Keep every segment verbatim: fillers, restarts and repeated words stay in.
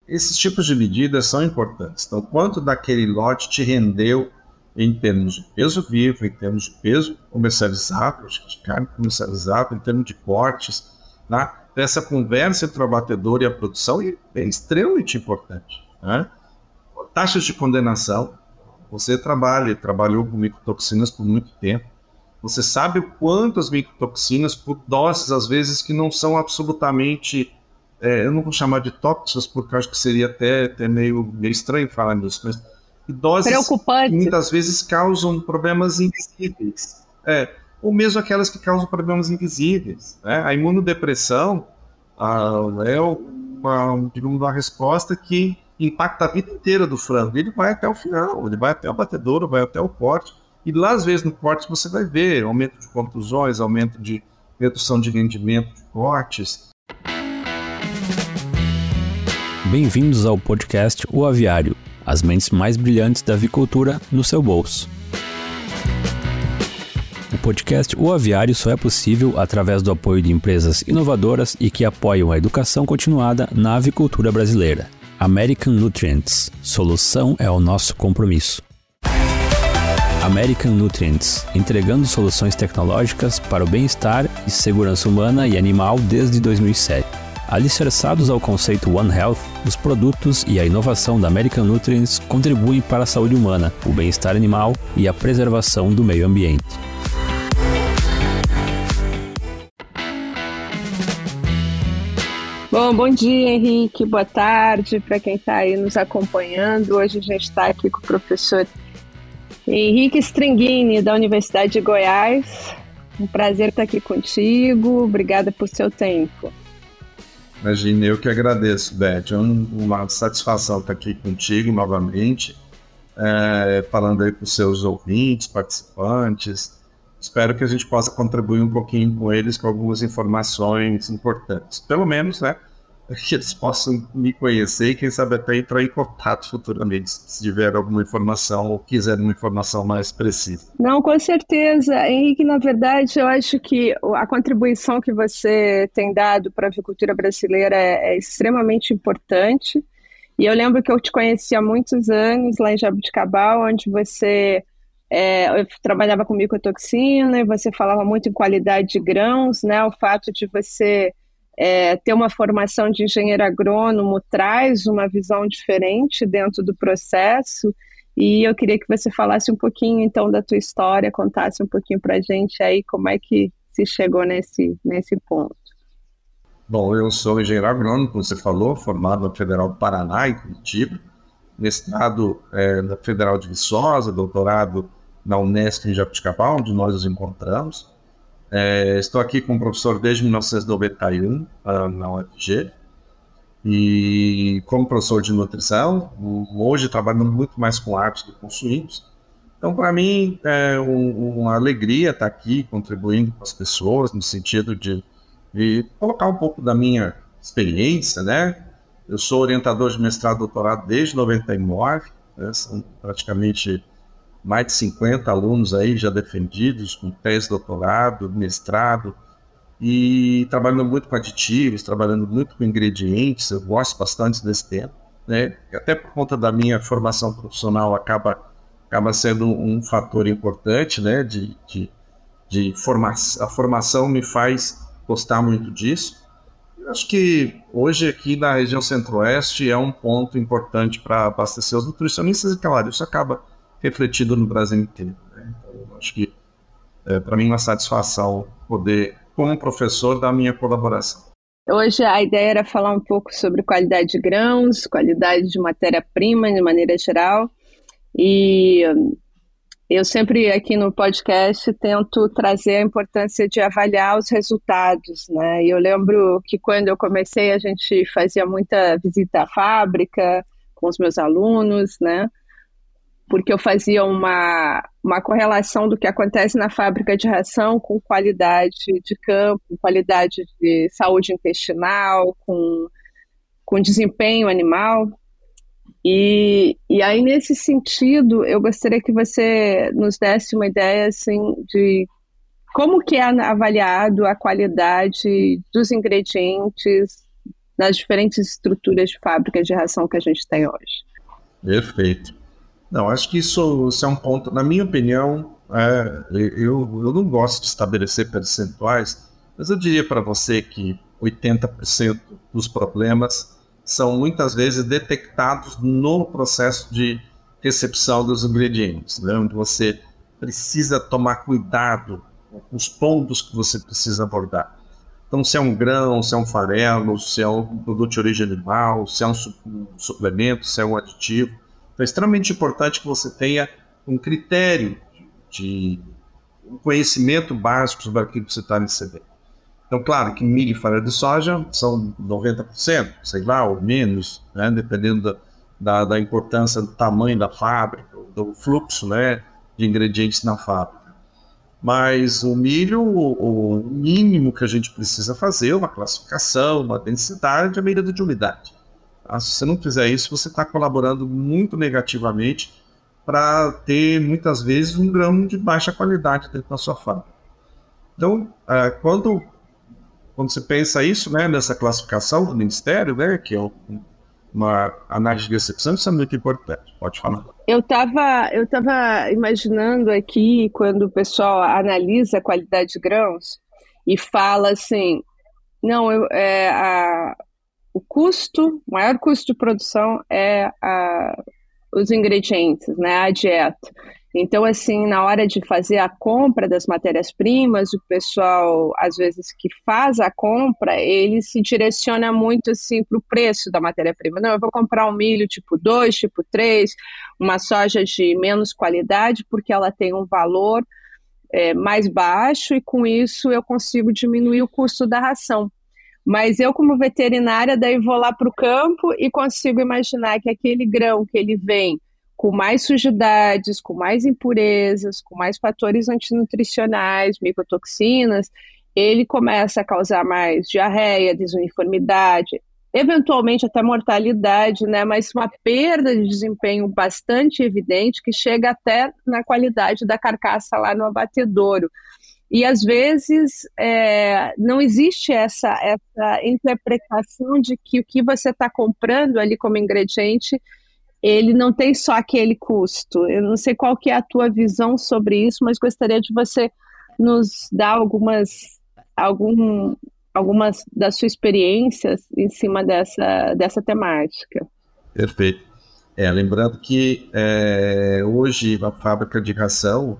esses tipos de medidas são importantes. Então, quanto daquele lote te rendeu em termos de peso vivo, em termos de peso comercializado, de carne comercializada, em termos de cortes, né? Essa conversa entre o abatedor e a produção é extremamente importante, né? Taxas de condenação. Você trabalha, trabalhou com micotoxinas por muito tempo. Você sabe o quanto as micotoxinas, por doses, às vezes, que não são absolutamente... É, eu não vou chamar de tóxicas, porque acho que seria até, até meio, meio estranho falar nisso, mas doses que muitas vezes causam problemas invisíveis. É, ou mesmo aquelas que causam problemas invisíveis, né? A imunodepressão ah, é uma, digamos, uma resposta que impacta a vida inteira do frango. Ele vai até o final, ele vai até o abatedouro, vai até o corte. E lá, às vezes, no corte você vai ver aumento de contusões, aumento de redução de rendimento de cortes. Bem-vindos ao podcast O Aviário, as mentes mais brilhantes da avicultura no seu bolso. O podcast O Aviário só é possível através do apoio de empresas inovadoras e que apoiam a educação continuada na avicultura brasileira. American Nutrients. Solução é o nosso compromisso. American Nutrients, entregando soluções tecnológicas para o bem-estar e segurança humana e animal desde dois mil e sete. Alicerçados ao conceito One Health, os produtos e a inovação da American Nutrients contribuem para a saúde humana, o bem-estar animal e a preservação do meio ambiente. Bom, bom dia, Henrique, boa tarde para quem está aí nos acompanhando. Hoje a gente está aqui com o professor Henrique Stringini, da Universidade de Goiás. Um prazer estar aqui contigo, obrigada por seu tempo. Imagina, eu que agradeço, Beth. É uma satisfação estar aqui contigo novamente, é, falando aí com os seus ouvintes, participantes. Espero que a gente possa contribuir um pouquinho com eles com algumas informações importantes. Pelo menos, né, que eles possam me conhecer e quem sabe até entrar em contato futuramente, se tiver alguma informação ou quiser uma informação mais precisa. Não, com certeza. Henrique, na verdade, eu acho que a contribuição que você tem dado para a avicultura brasileira é, é extremamente importante. E eu lembro que eu te conheci há muitos anos lá em Jabuticabal, onde você é, eu trabalhava com micotoxina e você falava muito em qualidade de grãos, né? O fato de você É, ter uma formação de engenheiro agrônomo traz uma visão diferente dentro do processo, e eu queria que você falasse um pouquinho então da tua história, contasse um pouquinho para a gente aí como é que se chegou nesse, nesse ponto. Bom, eu sou engenheiro agrônomo, como você falou, formado na Federal do Paraná, em Curitiba, mestrado é, na Federal de Viçosa, doutorado na Unesp em Jabuticabal, onde nós nos encontramos. É, estou aqui com o professor desde mil novecentos e noventa e um, uh, na U F G, e como professor de nutrição, hoje trabalhando muito mais com aves do que com suínos. Então, para mim, é um, uma alegria estar aqui contribuindo com as pessoas, no sentido de, de colocar um pouco da minha experiência, né? Eu sou orientador de mestrado e doutorado desde noventa e nove, né? São praticamente mais de cinquenta alunos aí já defendidos, com tese, doutorado, mestrado, e trabalhando muito com aditivos, trabalhando muito com ingredientes. Eu gosto bastante desse tema, né? Até por conta da minha formação profissional acaba, acaba sendo um fator importante, né? De, de, de formação. A formação me faz gostar muito disso. Eu acho que hoje aqui na região centro-oeste é um ponto importante para abastecer os nutricionistas, e claro, isso acaba refletido no Brasil inteiro, né? Então, acho que é, para mim é uma satisfação poder, como professor, dar a minha colaboração. Hoje a ideia era falar um pouco sobre qualidade de grãos, qualidade de matéria-prima de maneira geral, e eu sempre aqui no podcast tento trazer a importância de avaliar os resultados, né? E eu lembro que quando eu comecei a gente fazia muita visita à fábrica com os meus alunos, né? Porque eu fazia uma, uma correlação do que acontece na fábrica de ração com qualidade de campo, qualidade de saúde intestinal, com, com desempenho animal. E, e aí, nesse sentido, eu gostaria que você nos desse uma ideia assim, de como que é avaliado a qualidade dos ingredientes nas diferentes estruturas de fábricas de ração que a gente tem hoje. Perfeito. Não, acho que isso, isso é um ponto, na minha opinião, é, eu, eu não gosto de estabelecer percentuais, mas eu diria para você que oitenta por cento dos problemas são muitas vezes detectados no processo de recepção dos ingredientes, né? Onde você precisa tomar cuidado com os pontos que você precisa abordar. Então, se é um grão, se é um farelo, se é um produto de origem animal, se é um suplemento, se é um aditivo. Então, é extremamente importante que você tenha um critério de um conhecimento básico sobre aquilo que você está recebendo. Então, claro que milho e farinha de soja são noventa por cento, sei lá, ou menos, né, dependendo da, da, da importância do tamanho da fábrica, do fluxo, né, de ingredientes na fábrica. Mas o milho, o, o mínimo que a gente precisa fazer é uma classificação, uma densidade, a medida de umidade. Tá? Se você não fizer isso, você está colaborando muito negativamente para ter, muitas vezes, um grão de baixa qualidade dentro da sua fábrica. Então, é, quando, quando você pensa isso, né, nessa classificação do Ministério, né, que é uma análise de recepção, isso é muito importante. Pode falar. Eu estava eu tava imaginando aqui, quando o pessoal analisa a qualidade de grãos e fala assim, não, eu, é, a, o custo, o maior custo de produção é a, os ingredientes, né, a dieta. Então, assim, na hora de fazer a compra das matérias-primas, o pessoal, às vezes, que faz a compra, ele se direciona muito, assim, para o preço da matéria-prima. Não, eu vou comprar um milho tipo dois, tipo três, uma soja de menos qualidade, porque ela tem um valor é, mais baixo e, com isso, eu consigo diminuir o custo da ração. Mas eu, como veterinária, daí vou lá para o campo e consigo imaginar que aquele grão que ele vem com mais sujidades, com mais impurezas, com mais fatores antinutricionais, micotoxinas, ele começa a causar mais diarreia, desuniformidade, eventualmente até mortalidade, né? Mas uma perda de desempenho bastante evidente que chega até na qualidade da carcaça lá no abatedouro. E, às vezes, é, não existe essa, essa interpretação de que o que você está comprando ali como ingrediente ele não tem só aquele custo. Eu não sei qual que é a tua visão sobre isso, mas gostaria de você nos dar algumas, algum, algumas das suas experiências em cima dessa, dessa temática. Perfeito. É, lembrando que é, hoje a fábrica de ração,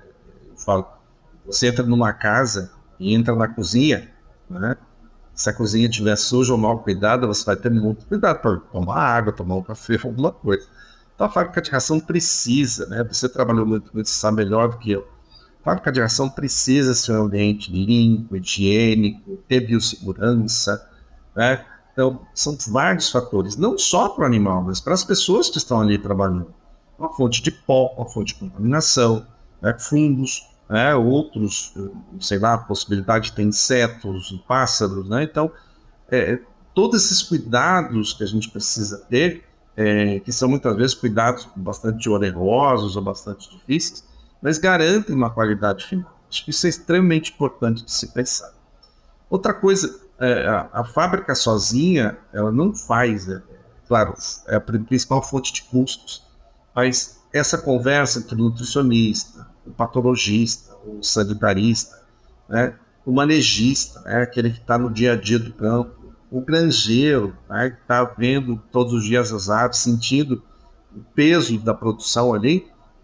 eu falo, você entra numa casa e entra na cozinha, né? Se a cozinha estiver suja ou mal cuidada, você vai ter muito cuidado para tomar água, tomar um café, alguma coisa. Então a fábrica de ração precisa, né? Você trabalhou muito, você sabe melhor do que eu. A fábrica de ração precisa ser um ambiente limpo, higiênico, ter biossegurança, né? Então são vários fatores, não só para o animal, mas para as pessoas que estão ali trabalhando. Uma fonte de pó, uma fonte de contaminação, né? Fungos, É, outros, sei lá, a possibilidade de ter insetos, pássaros, né? Então, é, todos esses cuidados que a gente precisa ter, é, que são muitas vezes cuidados bastante onerosos ou bastante difíceis, mas garantem uma qualidade final. Acho que isso é extremamente importante de se pensar. Outra coisa, é, a, a fábrica sozinha, ela não faz, é, claro, é a principal fonte de custos, mas essa conversa entre o nutricionista, o patologista, o sanitarista, né, o manejista, né, aquele que está no dia a dia do campo, o granjeiro, né, que está vendo todos os dias as aves, sentindo o peso da produção ali,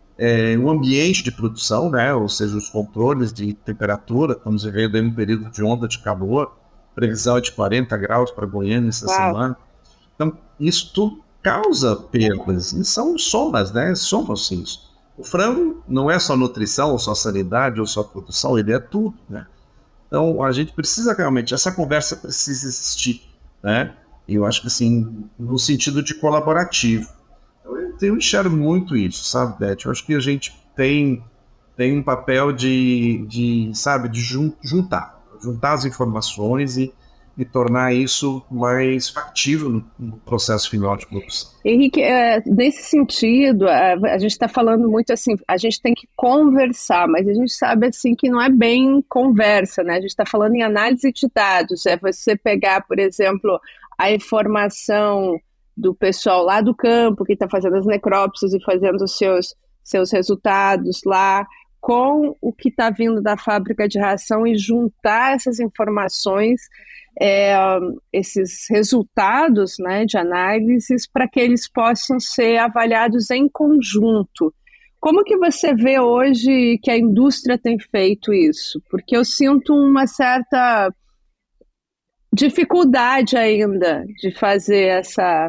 é, o ambiente de produção, né, ou seja, os controles de temperatura, estamos vivendo aí um período de onda de calor, previsão de quarenta graus para Goiânia essa Uau. semana. Então, isso tudo causa perdas, e são somas, né, somam-se isso. O frango não é só nutrição, ou só sanidade, ou só produção, ele é tudo, né? Então, a gente precisa realmente, essa conversa precisa existir, né? E eu acho que, assim, no sentido de colaborativo. Eu, eu enxergo muito isso, sabe, Beth? Eu acho que a gente tem, tem um papel de, de sabe, de jun, juntar, juntar as informações e e tornar isso mais factível no, no processo final de produção. Henrique, é, nesse sentido, a, a gente está falando muito assim, a gente tem que conversar, mas a gente sabe assim que não é bem conversa, né? A gente está falando em análise de dados, é você pegar, por exemplo, a informação do pessoal lá do campo, que está fazendo as necrópsias e fazendo os seus, seus resultados lá, com o que está vindo da fábrica de ração e juntar essas informações, é, esses resultados, né, de análises, para que eles possam ser avaliados em conjunto. Como que você vê hoje que a indústria tem feito isso? Porque eu sinto uma certa dificuldade ainda de fazer essa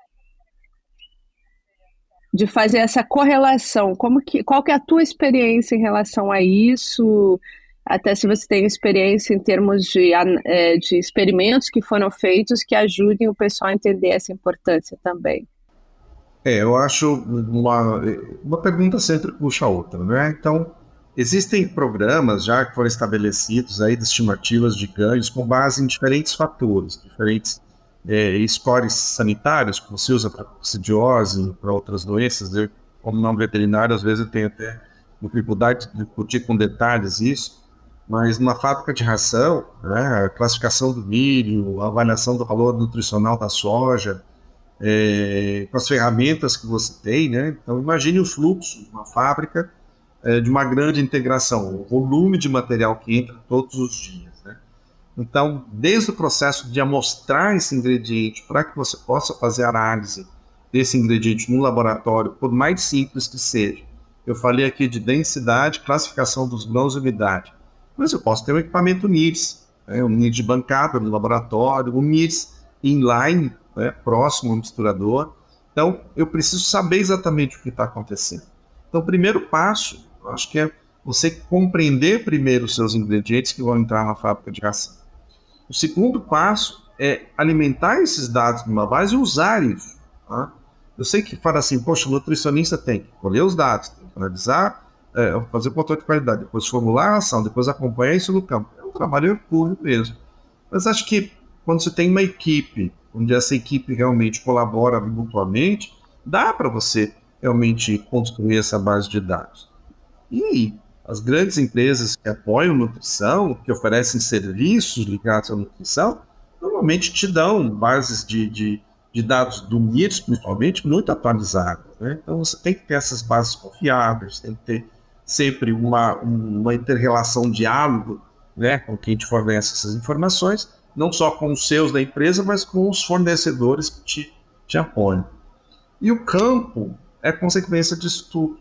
de fazer essa correlação. Como que, qual que é a tua experiência em relação a isso? Até se você tem experiência em termos de, de experimentos que foram feitos que ajudem o pessoal a entender essa importância também. É, eu acho uma, uma pergunta sempre puxa a outra, né? Então, existem programas já que foram estabelecidos aí de estimativas de ganhos com base em diferentes fatores, diferentes é, scores sanitários que você usa para coccidiose, para outras doenças. Eu, como não veterinário, às vezes eu tenho até dificuldade de discutir com detalhes isso, mas numa fábrica de ração, né, a classificação do milho, a avaliação do valor nutricional da soja, É, com as ferramentas que você tem, né? Então imagine o fluxo de uma fábrica, é, de uma grande integração, o volume de material que entra todos os dias, né? Então, desde o processo de amostrar esse ingrediente para que você possa fazer a análise desse ingrediente no laboratório, por mais simples que seja, eu falei aqui de densidade, classificação dos grãos e umidade, mas eu posso ter um equipamento N I R S, né? Um N I R S de bancada no laboratório, um N I R S inline, né, próximo ao misturador. Então, eu preciso saber exatamente o que está acontecendo. Então, o primeiro passo, eu acho que é você compreender primeiro os seus ingredientes que vão entrar na fábrica de ração. O segundo passo é alimentar esses dados numa base e usar isso. Tá? Eu sei que fala assim, poxa, o nutricionista tem que colher os dados, tem que analisar, é, fazer o controle de qualidade, depois formular a ração, depois acompanhar isso no campo. É um trabalho hercúleo mesmo. Mas acho que quando você tem uma equipe, onde essa equipe realmente colabora mutuamente, dá para você realmente construir essa base de dados. E as grandes empresas que apoiam nutrição, que oferecem serviços ligados à nutrição, normalmente te dão bases de, de, de dados do N I R S, principalmente, muito atualizadas, né? Então você tem que ter essas bases confiáveis, tem que ter sempre uma, uma inter-relação, um diálogo, né, com quem te fornece essas informações, não só com os seus da empresa, mas com os fornecedores que te, te apoiam. E o campo é consequência disso tudo.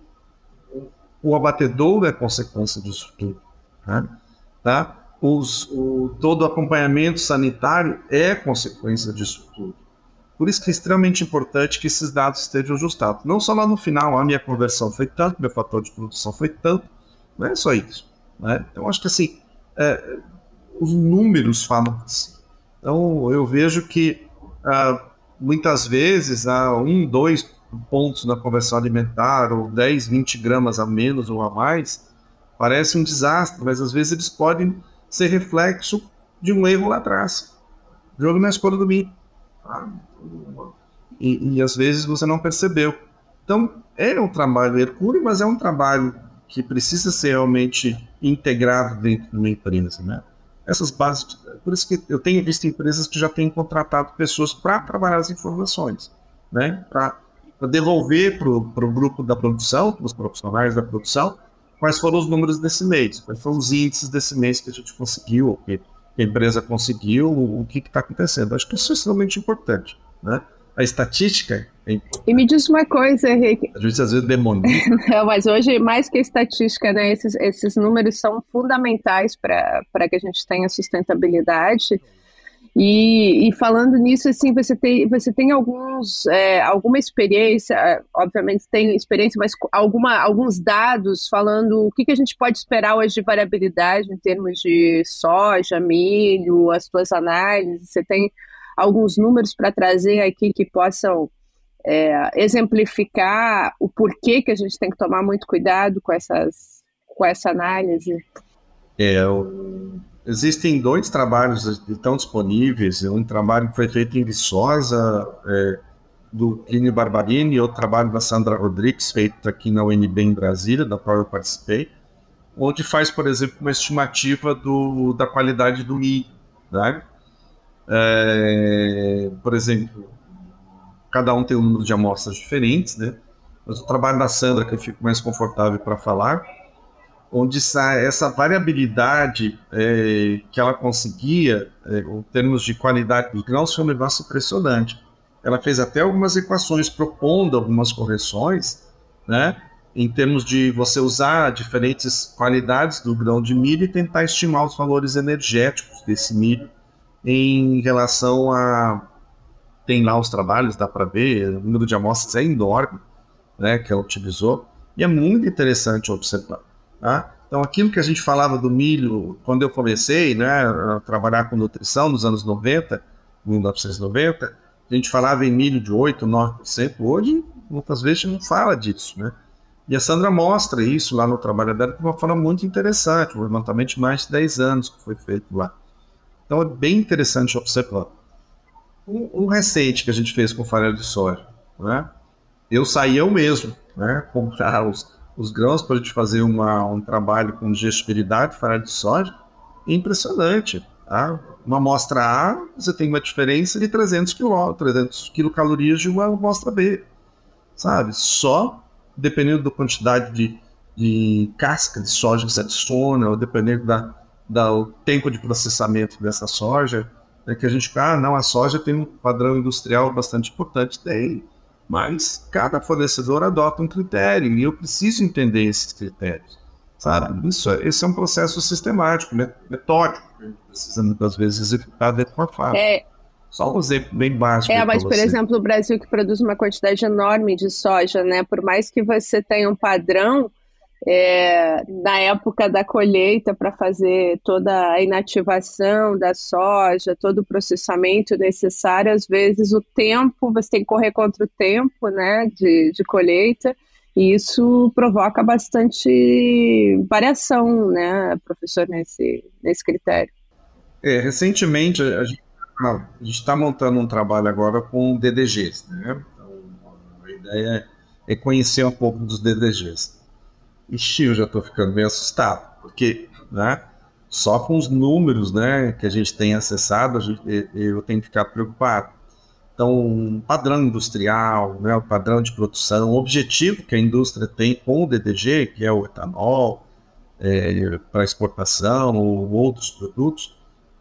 O abatedouro é consequência disso tudo. Né? Tá? Os, o, todo o acompanhamento sanitário é consequência disso tudo. Por isso que é extremamente importante que esses dados estejam ajustados. Não só lá no final, a minha conversão foi tanto, meu fator de produção foi tanto, não é só isso. Né? Então, acho que assim, é, os números falam assim. Então, eu vejo que ah, muitas vezes há um, dois pontos na conversão alimentar, ou dez, vinte gramas a menos ou a mais, parece um desastre, mas às vezes eles podem ser reflexo de um erro lá atrás. Jogo na escolha do milho. Ah, e, e às vezes você não percebeu. Então, é um trabalho hercúleo, mas é um trabalho que precisa ser realmente integrado dentro de uma empresa, né? Essas bases, por isso que eu tenho visto empresas que já têm contratado pessoas para trabalhar as informações, né? Para devolver para o grupo da produção, para os profissionais da produção, quais foram os números desse mês, quais foram os índices desse mês que a gente conseguiu, ou que a empresa conseguiu, o que está acontecendo. Acho que isso é extremamente importante, né? A estatística é importante. E me diz uma coisa, Henrique. A gente às vezes demoniza. Não, mas hoje, mais que a estatística, né, esses, esses números são fundamentais para que a gente tenha sustentabilidade. E, e falando nisso, assim, você tem, você tem alguns, é, alguma experiência, obviamente tem experiência, mas alguma, alguns dados falando o que, que a gente pode esperar hoje de variabilidade em termos de soja, milho, as suas análises. Você tem alguns números para trazer aqui que possam é, exemplificar o porquê que a gente tem que tomar muito cuidado com, essas, com essa análise? É, o... Existem dois trabalhos que estão disponíveis, um trabalho que foi feito em Viçosa, é, do Plínio Barbarini, e outro trabalho da Sandra Rodrigues, feito aqui na U N B em Brasília, da qual eu participei, onde faz, por exemplo, uma estimativa do, da qualidade do milho, né? É, por exemplo, cada um tem um número de amostras diferentes, né? Mas o trabalho da Sandra, que eu fico mais confortável para falar, onde essa variabilidade é, que ela conseguia, é, em termos de qualidade dos grãos, foi um negócio impressionante. Ela fez até algumas equações propondo algumas correções, né, em termos de você usar diferentes qualidades do grão de milho e tentar estimar os valores energéticos desse milho em relação a... Tem lá os trabalhos, dá para ver, o número de amostras é enorme, né, que ela utilizou, e é muito interessante observar. Tá? Então, aquilo que a gente falava do milho, quando eu comecei, né, a trabalhar com nutrição nos anos noventa, mil novecentos e noventa, a gente falava em milho de oito, nove por cento. Hoje, muitas vezes, a gente não fala disso. Né? E a Sandra mostra isso lá no trabalho dela de uma forma muito interessante, um levantamento de mais de dez anos que foi feito lá. Então, é bem interessante observar. Um, um recente que a gente fez com farelo de soja, né? Eu saí eu mesmo, né, comprar os os grãos para a gente fazer uma, um trabalho com digestibilidade, farelo de soja, é impressionante. Tá? Uma amostra A, você tem uma diferença de trezentos quilocalorias de uma amostra B, sabe? Só dependendo da quantidade de, de casca de soja que você adiciona, ou dependendo da, da, do tempo de processamento dessa soja, é que a gente fala, ah, não, a soja tem um padrão industrial bastante importante dele. Mas cada fornecedor adota um critério e eu preciso entender esses critérios, sabe? Isso, esse é um processo sistemático, metódico, que a gente precisa muitas vezes executar dentro de uma fábrica. É, Só um exemplo bem básico. É, mas, por exemplo, o Brasil que produz uma quantidade enorme de soja, né? Por mais que você tenha um padrão, é, na época da colheita, para fazer toda a inativação da soja, todo o processamento necessário, às vezes o tempo, você tem que correr contra o tempo, né, de, de colheita, e isso provoca bastante variação, né, professor, nesse, nesse critério. É, recentemente, a gente está montando um trabalho agora com D D Gs, né? Então, a ideia é conhecer um pouco dos D D Gs. Ixi, eu já estou ficando meio assustado, porque, né, só com os números, né, que a gente tem acessado, a gente, eu tenho que ficar preocupado. Então, um padrão industrial, né, o padrão de produção, o objetivo que a indústria tem com o D D G, que é o etanol, é, para exportação ou outros produtos,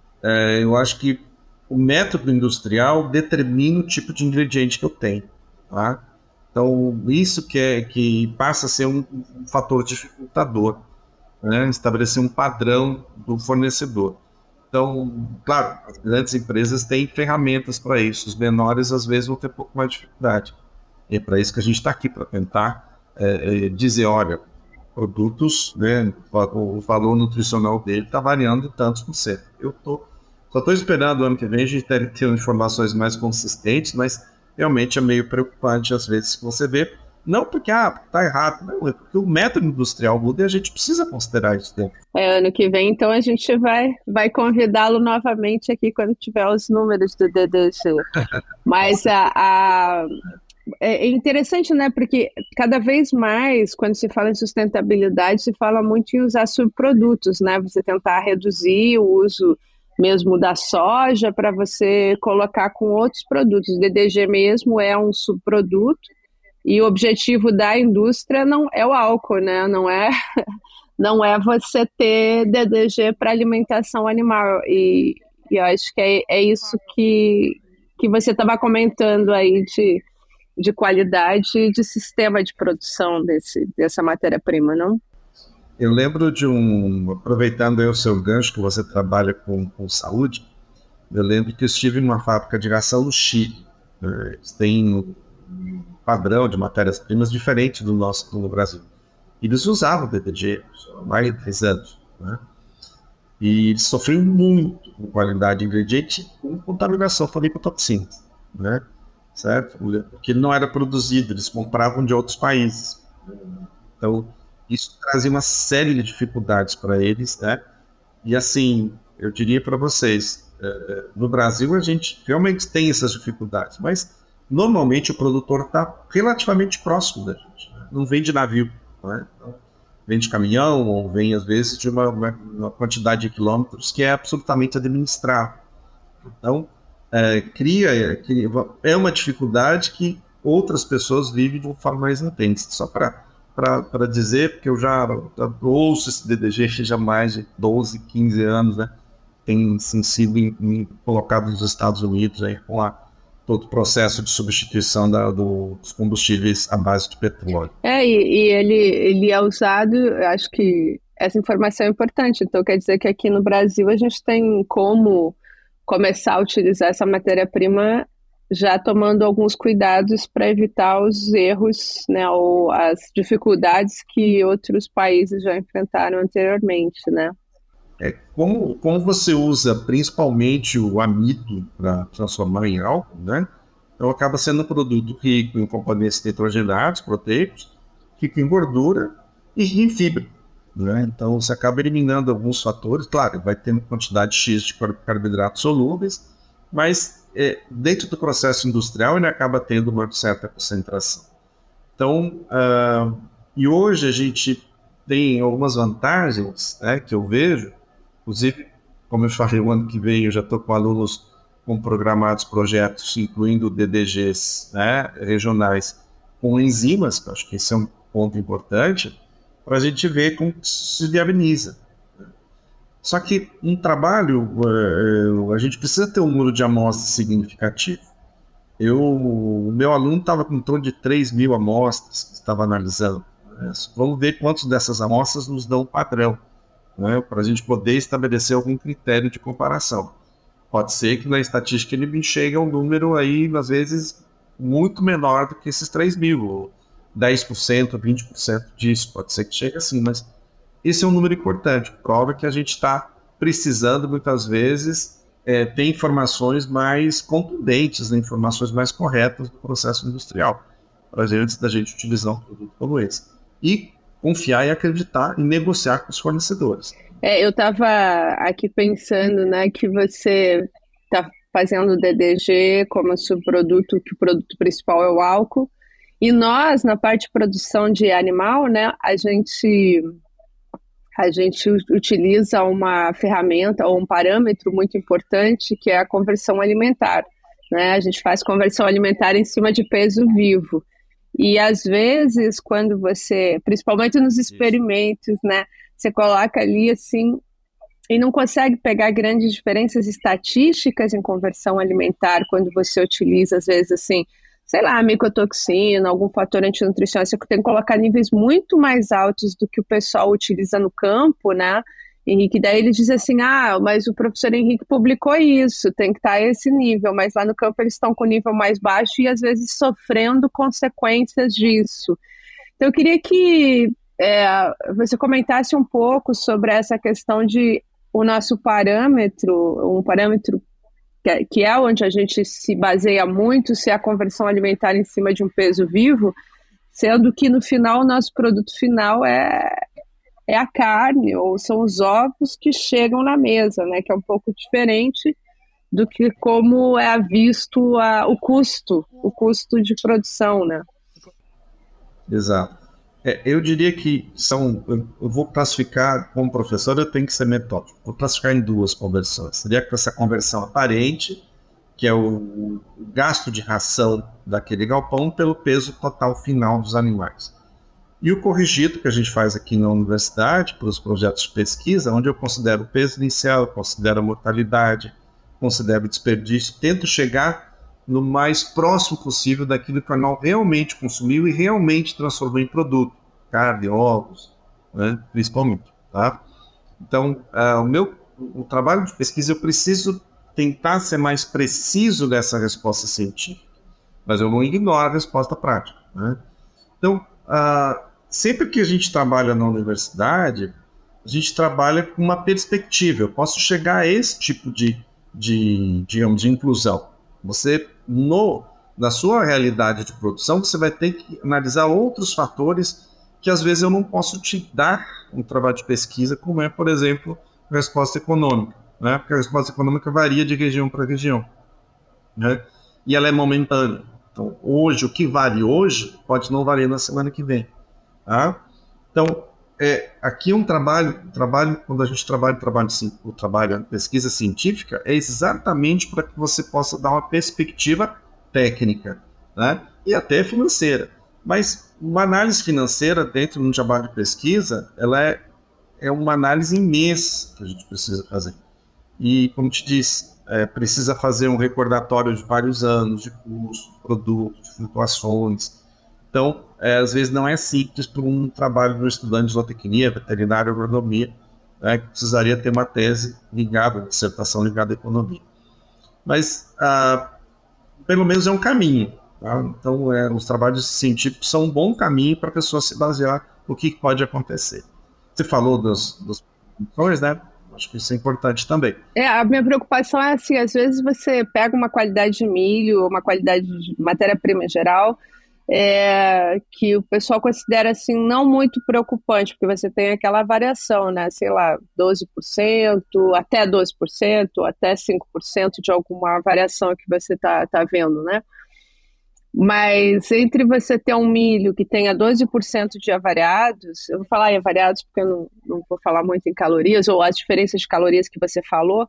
é, eu acho que o método industrial determina o tipo de ingrediente que eu tenho, tá? Então, isso que, é, que passa a ser um, um fator dificultador, né? Estabelecer um padrão do fornecedor. Então, claro, as grandes empresas têm ferramentas para isso, os menores às vezes vão ter um pouco mais de dificuldade. E é para isso que a gente está aqui, para tentar é, é, dizer, olha, produtos, né, o, o valor nutricional dele está variando tantos por cento. Eu tô, só estou esperando o ano que vem a gente deve ter informações mais consistentes, mas realmente é meio preocupante às vezes que você vê, não porque ah, está errado, não, é porque o método industrial muda e a gente precisa considerar isso dentro. É, ano que vem, então, a gente vai, vai convidá-lo novamente aqui quando tiver os números do D D G. Mas a, a, é interessante, né, porque cada vez mais, quando se fala em sustentabilidade, se fala muito em usar subprodutos, né, você tentar reduzir o uso mesmo da soja para você colocar com outros produtos. O D D G mesmo é um subproduto e o objetivo da indústria não é o álcool, né? Não é, não é você ter D D G para alimentação animal. E, e eu acho que é, é isso que, que você estava comentando aí de, de qualidade e de sistema de produção desse, dessa matéria-prima, não? Eu lembro de um, aproveitando aí o seu gancho, que você trabalha com, com saúde, eu lembro que eu estive numa fábrica de ração no Chile. Eles têm um padrão de matérias-primas diferente do nosso no Brasil. Eles usavam D D G há mais de dez anos, né? E eles sofriam muito com qualidade de ingrediente e com contaminação por micotoxinas, né? Certo? Porque ele não era produzido, eles compravam de outros países. Então, isso trazia uma série de dificuldades para eles, né? E assim, eu diria para vocês, é, no Brasil a gente realmente tem essas dificuldades, mas normalmente o produtor está relativamente próximo da gente, né? Não vem de navio, né? Então, vem de caminhão ou vem às vezes de uma, uma quantidade de quilômetros que é absolutamente administrável. Então, é, cria, cria, é uma dificuldade que outras pessoas vivem de uma forma mais intensa. Só para dizer, porque eu já, já ouço esse D D G já há mais de doze, quinze anos, né? Tem assim, sido em, em, colocado nos Estados Unidos aí, com a, todo o processo de substituição da, do, dos combustíveis à base de petróleo. É, e, e ele, ele é usado, acho que essa informação é importante, então quer dizer que aqui no Brasil a gente tem como começar a utilizar essa matéria-prima já tomando alguns cuidados para evitar os erros, né, ou as dificuldades que outros países já enfrentaram anteriormente, né? É, como, como você usa principalmente o amido para transformar em álcool, né? Então acaba sendo um produto rico em componentes nitrogenados, proteicos, rico em gordura e rico em fibra, né? Então você acaba eliminando alguns fatores, claro, vai ter uma quantidade X de carboidratos solúveis, mas é, dentro do processo industrial ele acaba tendo uma certa concentração. Então, uh, e hoje a gente tem algumas vantagens, né, que eu vejo, inclusive, como eu falei, o ano que vem eu já estou com alunos com programados projetos, incluindo D D Gs, né, regionais, com enzimas, que eu acho que esse é um ponto importante, para a gente ver como se viabiliza. Só que um trabalho, uh, a gente precisa ter um número de amostras significativo. Eu, o meu aluno estava com em torno de três mil amostras que estava analisando. Né? Vamos ver quantas dessas amostras nos dão um padrão, né? Para a gente poder estabelecer algum critério de comparação. Pode ser que na estatística ele me chegue a um número aí, às vezes, muito menor do que esses três mil, ou dez por cento, vinte por cento disso. Pode ser que chegue assim, mas esse é um número importante, prova que a gente está precisando, muitas vezes, é, ter informações mais contundentes, né, informações mais corretas do processo industrial, para antes da gente utilizar um produto como esse. E confiar e acreditar e negociar com os fornecedores. É, eu estava aqui pensando, né, que você está fazendo o D D G como subproduto, que o produto principal é o álcool, e nós, na parte de produção de animal, né, a gente... A gente utiliza uma ferramenta ou um parâmetro muito importante que é a conversão alimentar, né? A gente faz conversão alimentar em cima de peso vivo. E às vezes, quando você, principalmente nos experimentos, né? Você coloca ali assim e não consegue pegar grandes diferenças estatísticas em conversão alimentar quando você utiliza, às vezes, assim, sei lá, micotoxina, algum fator antinutricional, você tem que colocar níveis muito mais altos do que o pessoal utiliza no campo, né, Henrique? Daí ele diz assim, ah, mas o professor Henrique publicou isso, tem que estar a esse nível, mas lá no campo eles estão com nível mais baixo e às vezes sofrendo consequências disso. Então eu queria que é, você comentasse um pouco sobre essa questão de o nosso parâmetro, um parâmetro que é onde a gente se baseia muito, se é a conversão alimentar em cima de um peso vivo, sendo que no final o nosso produto final é, é a carne, ou são os ovos que chegam na mesa, né, que é um pouco diferente do que como é visto a, o custo, o custo de produção, né? Exato. É, eu diria que são, eu vou classificar, como professor, eu tenho que ser metódico. Vou classificar em duas conversões. Seria essa conversão aparente, que é o, o gasto de ração daquele galpão pelo peso total final dos animais. E o corrigido, que a gente faz aqui na universidade, para os projetos de pesquisa, onde eu considero o peso inicial, eu considero a mortalidade, considero o desperdício, tento chegar no mais próximo possível daquilo que o animal realmente consumiu e realmente transformou em produto, carne, ovos, né, principalmente. Tá? Então, uh, o meu o trabalho de pesquisa, eu preciso tentar ser mais preciso dessa resposta científica, mas eu não ignoro a resposta prática. Né? Então, uh, sempre que a gente trabalha na universidade, a gente trabalha com uma perspectiva. Eu posso chegar a esse tipo de, de, digamos, de inclusão. Você, no, na sua realidade de produção, você vai ter que analisar outros fatores que às vezes eu não posso te dar um trabalho de pesquisa, como é, por exemplo, a resposta econômica, né? Porque a resposta econômica varia de região para região, né? E ela é momentânea. Então, hoje, o que vale hoje pode não valer na semana que vem. Tá? Então, é, aqui um trabalho, trabalho, quando a gente trabalha trabalho, o trabalho pesquisa científica, é exatamente para que você possa dar uma perspectiva técnica, né? E até financeira. Mas uma análise financeira dentro de um trabalho de pesquisa, ela é, é uma análise imensa que a gente precisa fazer. E, como te disse, é, precisa fazer um recordatório de vários anos, de custos, produtos, de flutuações. Então, é, às vezes não é simples para um trabalho de um estudante de zootecnia, veterinária, agronomia, né, que precisaria ter uma tese ligada, uma dissertação ligada à economia. Mas, ah, pelo menos é um caminho. Tá? Então, é, os trabalhos científicos são um bom caminho para a pessoa se basear no que pode acontecer. Você falou dos, dos produtores, né? Acho que isso é importante também. É, a minha preocupação é assim, às vezes você pega uma qualidade de milho, uma qualidade de matéria-prima em geral, é, que o pessoal considera assim não muito preocupante, porque você tem aquela variação, né? Sei lá, doze por cento, até doze por cento, até cinco por cento de alguma variação que você está tá vendo, né? Mas entre você ter um milho que tenha doze por cento de avariados, eu vou falar em avariados porque eu não, não vou falar muito em calorias, ou as diferenças de calorias que você falou,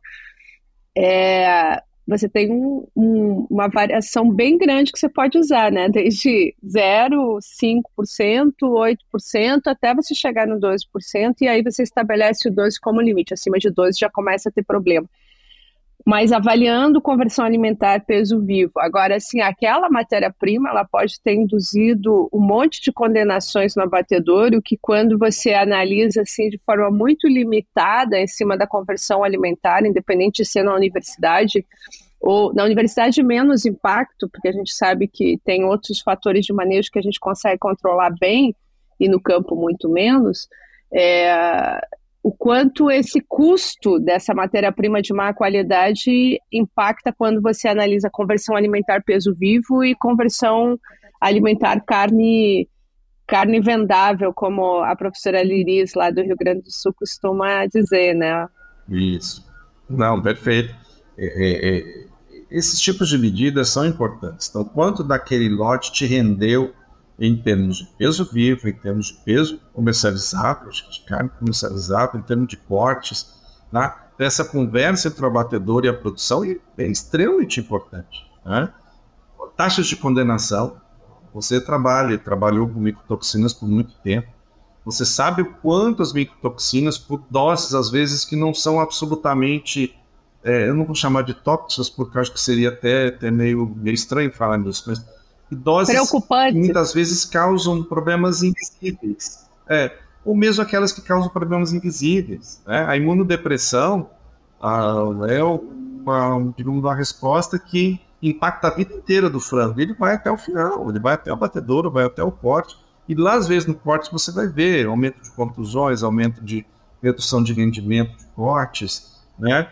é, você tem um, um, uma variação bem grande que você pode usar, né? Desde zero, cinco por cento, oito por cento, até você chegar no doze por cento, e aí você estabelece o doze como limite. Acima de doze já começa a ter problema. Mas avaliando conversão alimentar peso vivo. Agora, assim, aquela matéria-prima, ela pode ter induzido um monte de condenações no abatedouro, que quando você analisa, assim, de forma muito limitada em cima da conversão alimentar, independente de ser na universidade, ou na universidade menos impacto, porque a gente sabe que tem outros fatores de manejo que a gente consegue controlar bem, e no campo muito menos, é... o quanto esse custo dessa matéria-prima de má qualidade impacta quando você analisa conversão alimentar peso vivo e conversão alimentar carne, carne vendável, como a professora Liris, lá do Rio Grande do Sul, costuma dizer, né? Isso. Não, perfeito. É, é, é, esses tipos de medidas são importantes. Então, quanto daquele lote te rendeu em termos de peso vivo, em termos de peso comercializado, de carne comercializada, em termos de cortes, né? Essa conversa entre o abatedor e a produção é extremamente importante, né? Taxas de condenação. Você trabalha, trabalhou com micotoxinas por muito tempo. Você sabe o quanto as micotoxinas, por doses, às vezes, que não são absolutamente... É, eu não vou chamar de tóxicas, porque eu acho que seria até, até meio, meio estranho falar nisso, mas doses que muitas vezes causam problemas invisíveis. É, ou mesmo aquelas que causam problemas invisíveis. Né? A imunodepressão ah, é uma, digamos, uma resposta que impacta a vida inteira do frango. Ele vai até o final, ele vai até o abatedouro, vai até o corte. E lá, às vezes, no corte você vai ver aumento de contusões, aumento de redução de rendimento de cortes, né?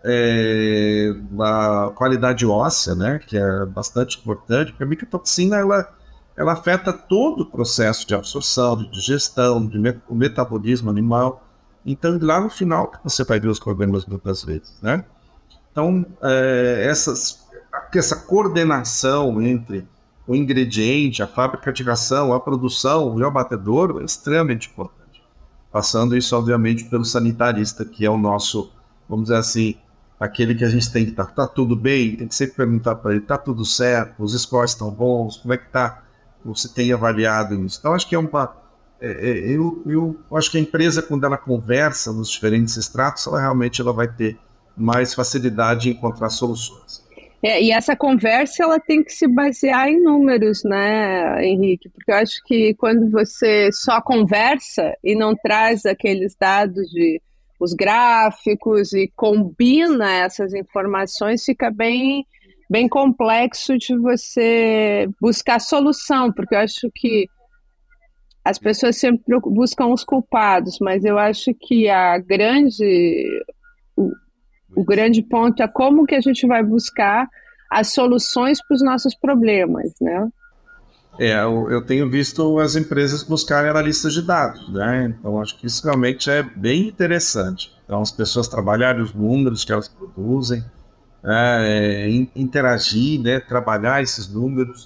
É, a qualidade óssea, né, que é bastante importante, porque a micotoxina ela, ela afeta todo o processo de absorção, de digestão, de me- o metabolismo animal. Então, lá no final que você vai ver os problemas muitas vezes, né? Então, é, essas, essa coordenação entre o ingrediente, a fábrica de ração, a produção e o abatedouro é extremamente importante. Passando isso, obviamente, pelo sanitarista, que é o nosso, vamos dizer assim, aquele que a gente tem que estar, tá, tá tudo bem, tem que sempre perguntar para ele, tá tudo certo, os scores estão bons, como é que tá, você tem avaliado isso. Então, acho que é uma, é, é, eu, eu acho que a empresa, quando ela conversa nos diferentes extratos, ela realmente ela vai ter mais facilidade em encontrar soluções. É, e essa conversa ela tem que se basear em números, né, Henrique? Porque eu acho que quando você só conversa e não traz aqueles dados de os gráficos e combina essas informações, fica bem, bem complexo de você buscar solução, porque eu acho que as pessoas sempre buscam os culpados, mas eu acho que a grande, o, o grande ponto é como que a gente vai buscar as soluções para os nossos problemas, né? É, eu, eu tenho visto as empresas buscarem analistas de dados, né? Então, acho que isso realmente é bem interessante. Então, as pessoas trabalharem os números que elas produzem, é, interagir, né? Trabalhar esses números.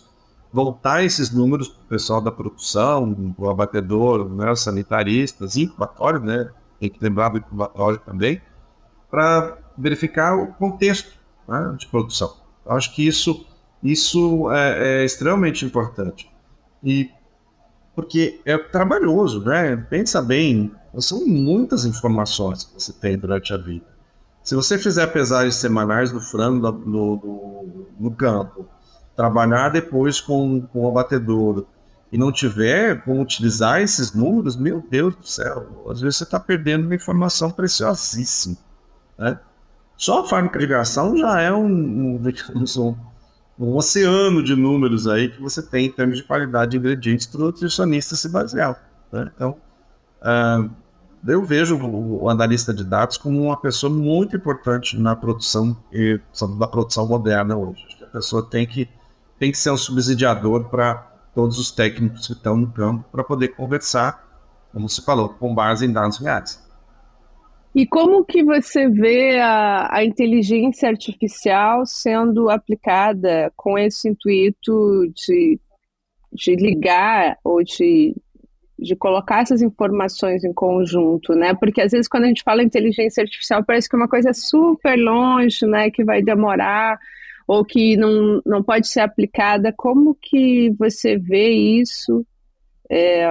voltar esses números para o pessoal da produção, o abatedor, né, os sanitaristas, incubatório, né, tem que lembrar do incubatório também, para verificar o contexto, né, de produção. Eu acho que isso, isso é, é extremamente importante. E porque é trabalhoso, né? Pensa bem, são muitas informações que você tem durante a vida. Se você fizer pesagens semanais do frango no, no, no campo, trabalhar depois com, com o abatedor e não tiver como utilizar esses números, meu Deus do céu, às vezes você está perdendo uma informação preciosíssima, né? Só a farmacologização já é um, um, um, um oceano de números aí que você tem em termos de qualidade de ingredientes para o nutricionista se basear, né? Então, uh, eu vejo o, o analista de dados como uma pessoa muito importante na produção e da produção moderna hoje. Acho que a pessoa tem que, tem que ser um subsidiador para todos os técnicos que estão no campo para poder conversar, como você falou, com base em dados reais. E como que você vê a, a inteligência artificial sendo aplicada com esse intuito de, de ligar ou de, de colocar essas informações em conjunto, né? Porque às vezes quando a gente fala inteligência artificial parece que é uma coisa super longe, né? Que vai demorar ou que não, não pode ser aplicada. Como que você vê isso? É,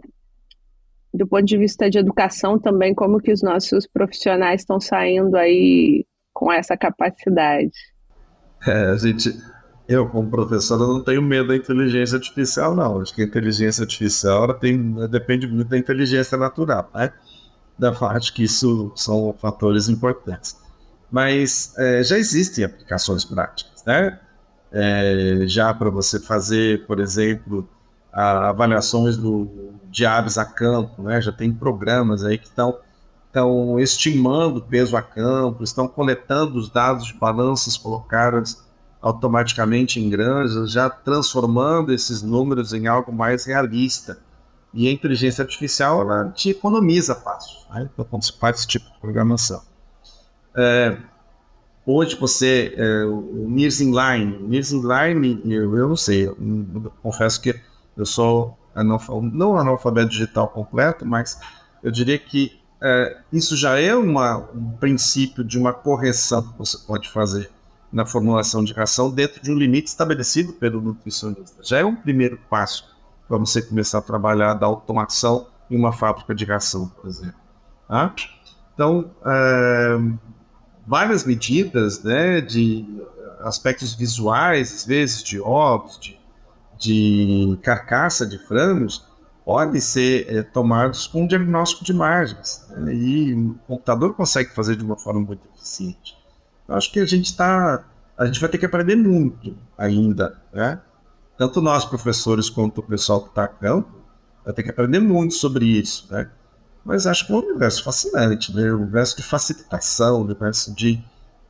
do ponto de vista de educação também, como que os nossos profissionais estão saindo aí com essa capacidade? É, a gente, eu como professor, eu não tenho medo da inteligência artificial, não. Acho que a inteligência artificial ela tem, depende muito da inteligência natural, né? Da parte que isso são fatores importantes. Mas é, já existem aplicações práticas, né? É, já para você fazer, por exemplo, a, avaliações do, de aves a campo, né? Já tem programas aí que estão estão estimando o peso a campo, estão coletando os dados de balanças colocadas automaticamente em granjas, já transformando esses números em algo mais realista. E a inteligência artificial ela te economiza passos, né? Então, quando você faz esse tipo de programação. É, hoje você, é, o Nier's-in-Line, Nier's-in-Line, eu, eu não sei, eu, eu confesso que eu sou analfa, não analfabeto digital completo, mas eu diria que é, isso já é uma, um princípio de uma correção que você pode fazer na formulação de ração dentro de um limite estabelecido pelo nutricionista. Já é um primeiro passo para você começar a trabalhar da automação em uma fábrica de ração, por exemplo. Tá? Então, é, várias medidas, né, de aspectos visuais, às vezes de ovos, de, de carcaça de frangos, podem ser é, tomados com um diagnóstico de margens, né, e o computador consegue fazer de uma forma muito eficiente. Eu acho que a gente está, a gente vai ter que aprender muito ainda, né? Tanto nós professores quanto o pessoal que está a campo vai ter que aprender muito sobre isso, né? Mas acho que é um universo fascinante, né? Um universo de facilitação, um universo de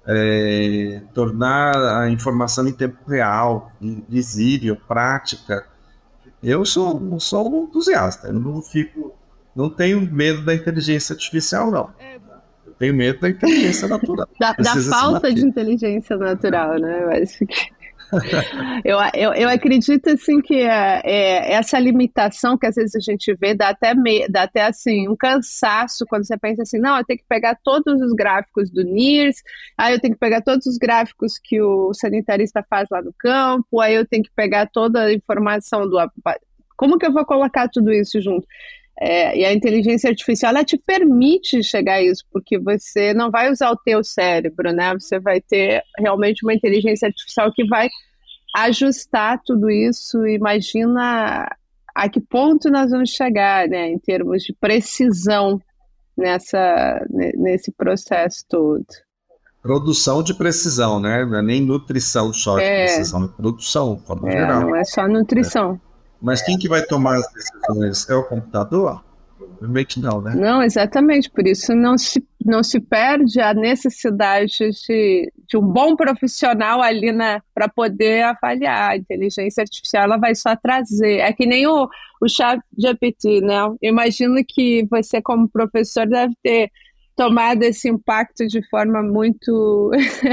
é, tornar a informação em tempo real, visível, prática. Eu sou, sou um entusiasta, eu não fico, não tenho medo da inteligência artificial, não. Eu tenho medo da inteligência natural. Da, da falta de inteligência natural, né? Mas... eu, eu, eu acredito assim que é, é, essa limitação que às vezes a gente vê dá até, me, dá até assim, um cansaço quando você pensa assim, não, eu tenho que pegar todos os gráficos do Nier's, aí eu tenho que pegar todos os gráficos que o sanitarista faz lá no campo, aí eu tenho que pegar toda a informação do... Como que eu vou colocar tudo isso junto? É, e a inteligência artificial ela te permite chegar a isso, porque você não vai usar o teu cérebro, né? Você vai ter realmente uma inteligência artificial que vai ajustar tudo isso. Imagina a que ponto nós vamos chegar, né, em termos de precisão nessa, nesse processo todo. Produção de precisão, né? Não é nem nutrição só de é, precisão, é produção, de forma é, geral. Não é só nutrição. É. Mas quem que vai tomar as decisões? É o computador? Provavelmente não, né? Não, exatamente. Por isso não se, não se perde a necessidade de, de um bom profissional ali para poder avaliar. A inteligência artificial ela vai só trazer. É que nem o, o chat G P T, né? Eu imagino que você, como professor, deve ter tomado esse impacto de forma muito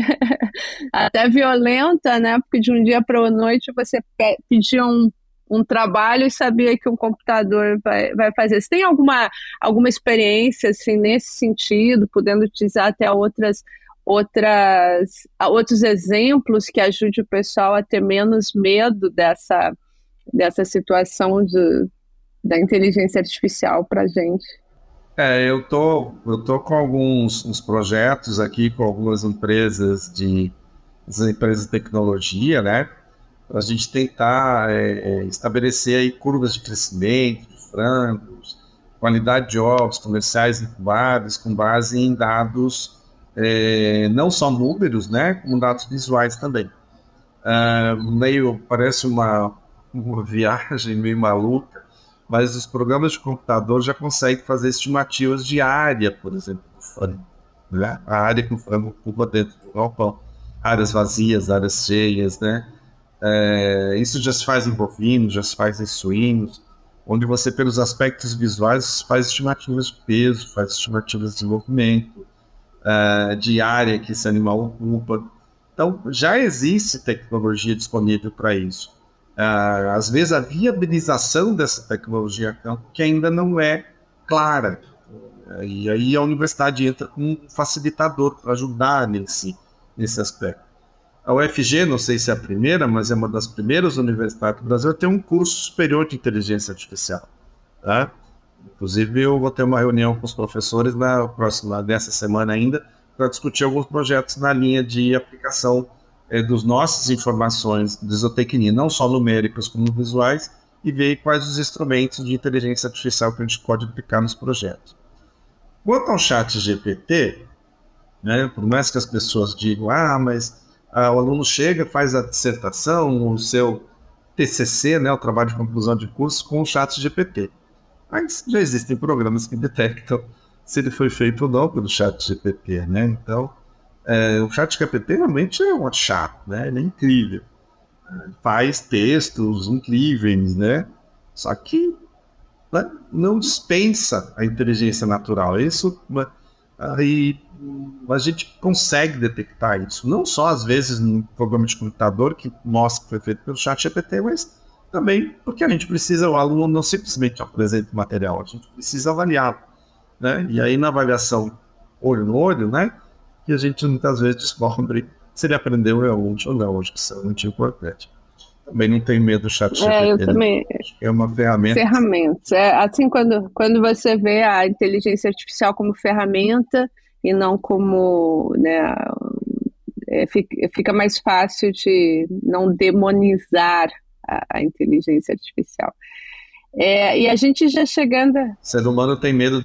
até violenta, né? Porque de um dia para a noite você pe- pedia um, um trabalho e sabia que um computador vai, vai fazer. Você tem alguma, alguma experiência assim, nesse sentido, podendo utilizar até outras, outras, outros exemplos que ajude o pessoal a ter menos medo dessa, dessa situação de, da inteligência artificial para a gente? É, eu tô, eu tô com alguns uns projetos aqui com algumas empresas de, as empresas de tecnologia, né? Para a gente tentar é, estabelecer aí curvas de crescimento, de frangos, qualidade de ovos comerciais incubados com base em dados, é, não só números, né? Como dados visuais também. Uh, meio, parece uma, uma viagem meio maluca, mas os programas de computador já conseguem fazer estimativas de área, por exemplo, do frango, né? A área que o frango ocupa dentro do galpão, áreas vazias, áreas cheias, né? É, isso já se faz em bovinos, já se faz em suínos, onde você, pelos aspectos visuais, faz estimativas de peso, faz estimativas de movimento, uh, de área que esse animal ocupa. Então, já existe tecnologia disponível para isso. Uh, às vezes, a viabilização dessa tecnologia a campo que ainda não é clara. Uh, e aí a universidade entra como um facilitador para ajudar nesse, nesse aspecto. A U F G, não sei se é a primeira, mas é uma das primeiras universidades do Brasil a ter um curso superior de inteligência artificial. Tá? Inclusive, eu vou ter uma reunião com os professores na próxima, nessa semana ainda, para discutir alguns projetos na linha de aplicação é, das nossas informações de zootecnia, não só numéricas como visuais, e ver quais os instrumentos de inteligência artificial que a gente pode aplicar nos projetos. Quanto ao chat G P T, né, por mais que as pessoas digam, ah, mas ah, o aluno chega, faz a dissertação, o seu T C C, né, o trabalho de conclusão de curso, com o chat G P T. Mas já existem programas que detectam se ele foi feito ou não pelo chat G P T, né? Então, é, o chat G P T realmente é um chato, né? Ele é incrível. Faz textos incríveis, né? Só que, né, não dispensa a inteligência natural. Isso, aí a gente consegue detectar isso. Não só, às vezes, no programa de computador que mostra que foi feito pelo chat G P T, mas também porque a gente precisa, o aluno não simplesmente apresenta o material, a gente precisa avaliá-lo. Né? E aí na avaliação olho no olho, né, que a gente muitas vezes descobre se ele aprendeu realmente ou não. Acho que isso é muito importante. Também não tenho medo do chat G P T. É, eu também. É uma ferramenta. Ferramenta. É, assim, quando, quando você vê a inteligência artificial como ferramenta e não como, né, é, fica, fica mais fácil de não demonizar a, a inteligência artificial. É, e a gente já chegando... O ser humano tem medo.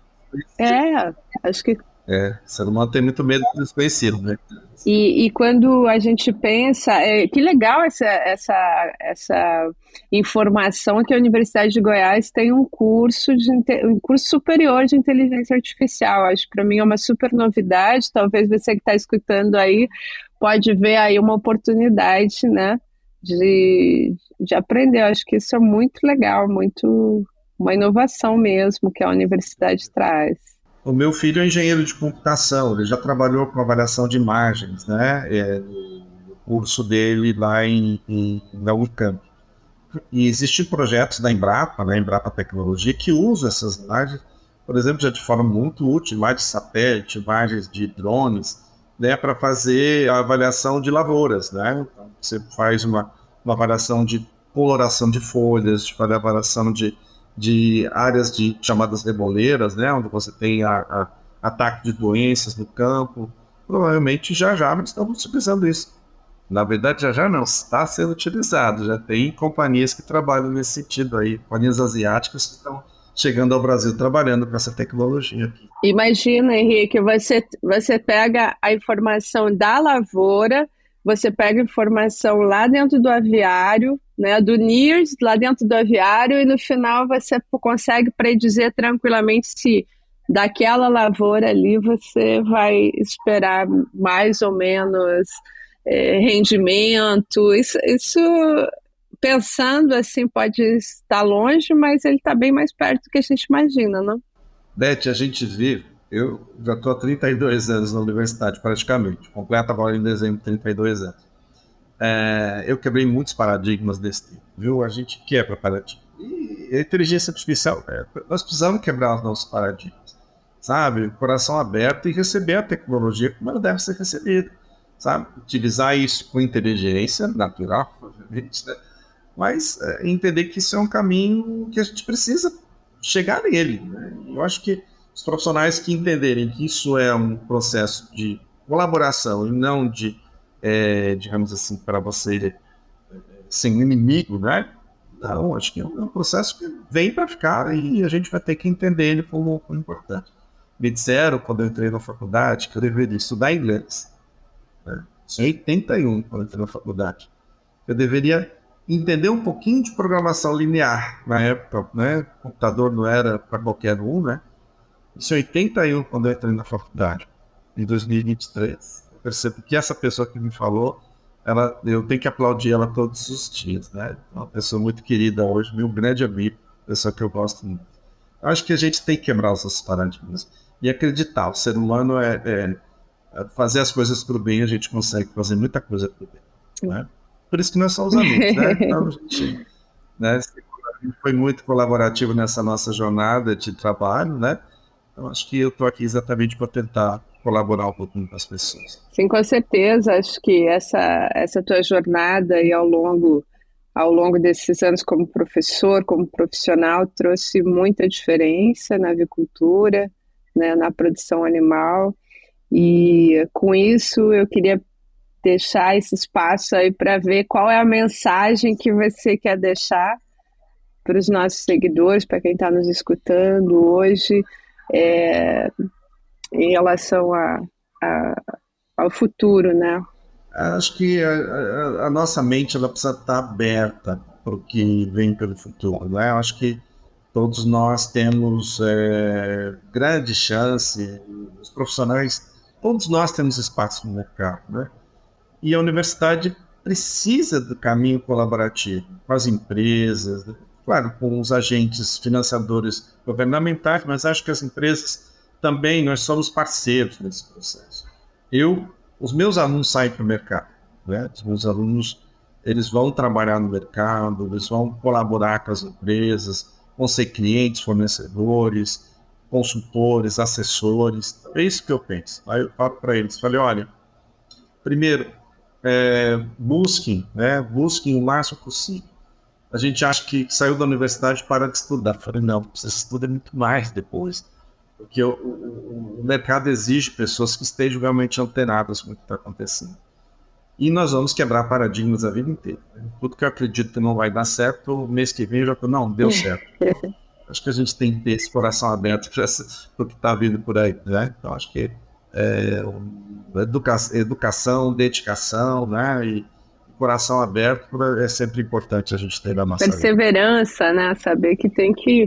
É, acho que... É, o ser humano tem muito medo do desconhecido, né? E, e quando a gente pensa... É, que legal essa, essa, essa informação que a Universidade de Goiás tem um curso, de, um curso superior de inteligência artificial. Acho que para mim é uma super novidade. Talvez você que está escutando aí pode ver aí uma oportunidade, né, de, de aprender. Acho que isso é muito legal, muito... uma inovação mesmo que a universidade traz. O meu filho é engenheiro de computação, ele já trabalhou com avaliação de imagens, né? É, no curso dele lá em, em, na Unicamp. E existem projetos da Embrapa, né, Embrapa Tecnologia, que usam essas imagens, por exemplo, já de forma muito útil, imagens de satélite, imagens de drones, né, para fazer a avaliação de lavouras, né? Então, você faz uma, uma avaliação de coloração de folhas, de avaliação de de áreas de chamadas reboleiras, né, onde você tem a, a, ataque de doenças no campo. Provavelmente já já estamos utilizando isso. Na verdade, já já não, está sendo utilizado. Já tem companhias que trabalham nesse sentido aí, companhias asiáticas que estão chegando ao Brasil trabalhando com essa tecnologia aqui. Imagina, Henrique, você, você pega a informação da lavoura, você pega informação lá dentro do aviário, né, do N I R S, lá dentro do aviário, e no final você consegue predizer tranquilamente se daquela lavoura ali você vai esperar mais ou menos é, rendimento. Isso, isso, pensando assim, pode estar longe, mas ele está bem mais perto do que a gente imagina, não? Beth, a gente vê Eu já estou há trinta e dois anos na universidade, praticamente. Completa agora em dezembro trinta e dois anos. É, eu quebrei muitos paradigmas desse tipo, viu? A gente quebra paradigmas. E a inteligência artificial, é, nós precisamos quebrar os nossos paradigmas, sabe? Coração aberto e receber a tecnologia como ela deve ser recebida, sabe? Utilizar isso com inteligência natural, obviamente, né? Mas é, entender que isso é um caminho que a gente precisa chegar nele, né? Eu acho que os profissionais que entenderem que isso é um processo de colaboração e não de, é, digamos assim, para você ser um inimigo, né? Não, acho que é um processo que vem para ficar e a gente vai ter que entender ele como, como importante. Me disseram, quando eu entrei na faculdade, que eu deveria estudar inglês. Né? Isso em oitenta e um, quando eu entrei na faculdade. Eu deveria entender um pouquinho de programação linear. Na época, né? O computador não era para qualquer um, né? Isso em oitenta e um, quando eu entrei na faculdade, em dois mil e vinte e três. Eu percebo que essa pessoa que me falou, ela, eu tenho que aplaudir ela todos os dias, né? Uma pessoa muito querida hoje, meu grande amigo, pessoa que eu gosto muito. Eu acho que a gente tem que quebrar os nossos paradigmas e acreditar. O ser humano é, é, é fazer as coisas para o bem, a gente consegue fazer muita coisa para o bem, né? Por isso que nós somos amigos, né? Então, a gente, né, a gente foi muito colaborativo nessa nossa jornada de trabalho, né? Então, acho que eu estou aqui exatamente para tentar colaborar um pouquinho com as pessoas. Sim, com certeza. Acho que essa, essa tua jornada aí ao longo, ao longo desses anos como professor, como profissional, trouxe muita diferença na avicultura, né, na produção animal. E com isso eu queria deixar esse espaço aí para ver qual é a mensagem que você quer deixar para os nossos seguidores, para quem está nos escutando hoje, É, em relação a, a, ao futuro, né? Acho que a, a, a nossa mente ela precisa estar aberta para o que vem pelo futuro, né? Acho que todos nós temos é, grande chance, os profissionais, todos nós temos espaço no mercado, né? E a universidade precisa do caminho colaborativo com as empresas, né? Claro, com os agentes financiadores governamentais, mas acho que as empresas também, nós somos parceiros nesse processo. Eu, os meus alunos saem para o mercado, né? Os meus alunos, eles vão trabalhar no mercado, eles vão colaborar com as empresas, vão ser clientes, fornecedores, consultores, assessores. É isso que eu penso. Aí eu falo para eles, falei, olha, primeiro, é, busquem, né? Busquem o máximo possível. A gente acha que saiu da universidade para de estudar. Falei, não, você estuda muito mais depois. Porque o, o, o mercado exige pessoas que estejam realmente antenadas com o que está acontecendo. E nós vamos quebrar paradigmas a vida inteira. Tudo que eu acredito que não vai dar certo, o mês que vem eu já falo, não, deu certo. Acho que a gente tem que ter esse coração aberto para o que está vindo por aí, né? Então acho que é, educa educação, dedicação, né? E coração aberto é sempre importante a gente ter na nossa perseverança, vida. Né? Saber que tem que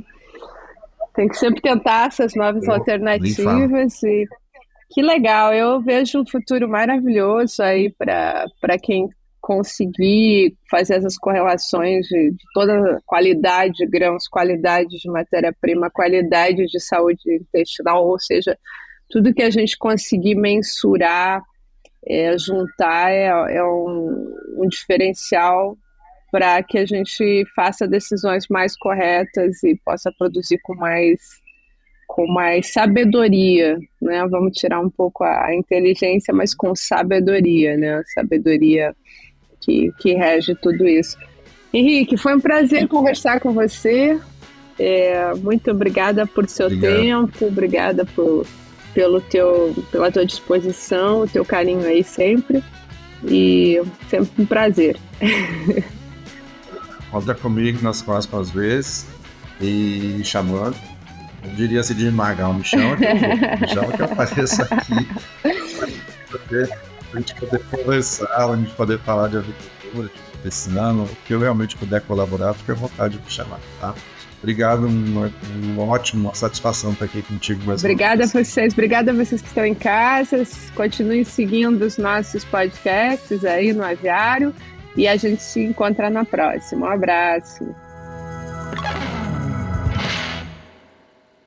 tem que sempre tentar essas novas eu, alternativas e que legal. Eu vejo um futuro maravilhoso aí para para quem conseguir fazer essas correlações de, de toda a qualidade de grãos, qualidade de matéria-prima, qualidade de saúde intestinal, ou seja, tudo que a gente conseguir mensurar, É, juntar é, é um, um diferencial para que a gente faça decisões mais corretas e possa produzir com mais, com mais sabedoria, né? Vamos tirar um pouco a, a inteligência, mas com sabedoria, né? Sabedoria que, que rege tudo isso. Henrique, foi um prazer conversar com você. É, muito obrigada por seu Obrigado. tempo, obrigada por pelo teu, pela tua disposição, o teu carinho aí sempre, e sempre um prazer. Conta comigo nas próximas vezes e me chamando. Eu diria se de Magal, me chama que eu vou, me chama que eu apareço aqui para a gente poder conversar, a gente poder falar de agricultura, de ensino, o que eu realmente puder colaborar, fique à vontade de me chamar, tá? Obrigado, uma, uma ótima uma satisfação estar aqui contigo mais Obrigada a vocês, obrigada a vocês que estão em casa. Continuem seguindo os nossos podcasts aí no Aviário e a gente se encontra na próxima. Um abraço.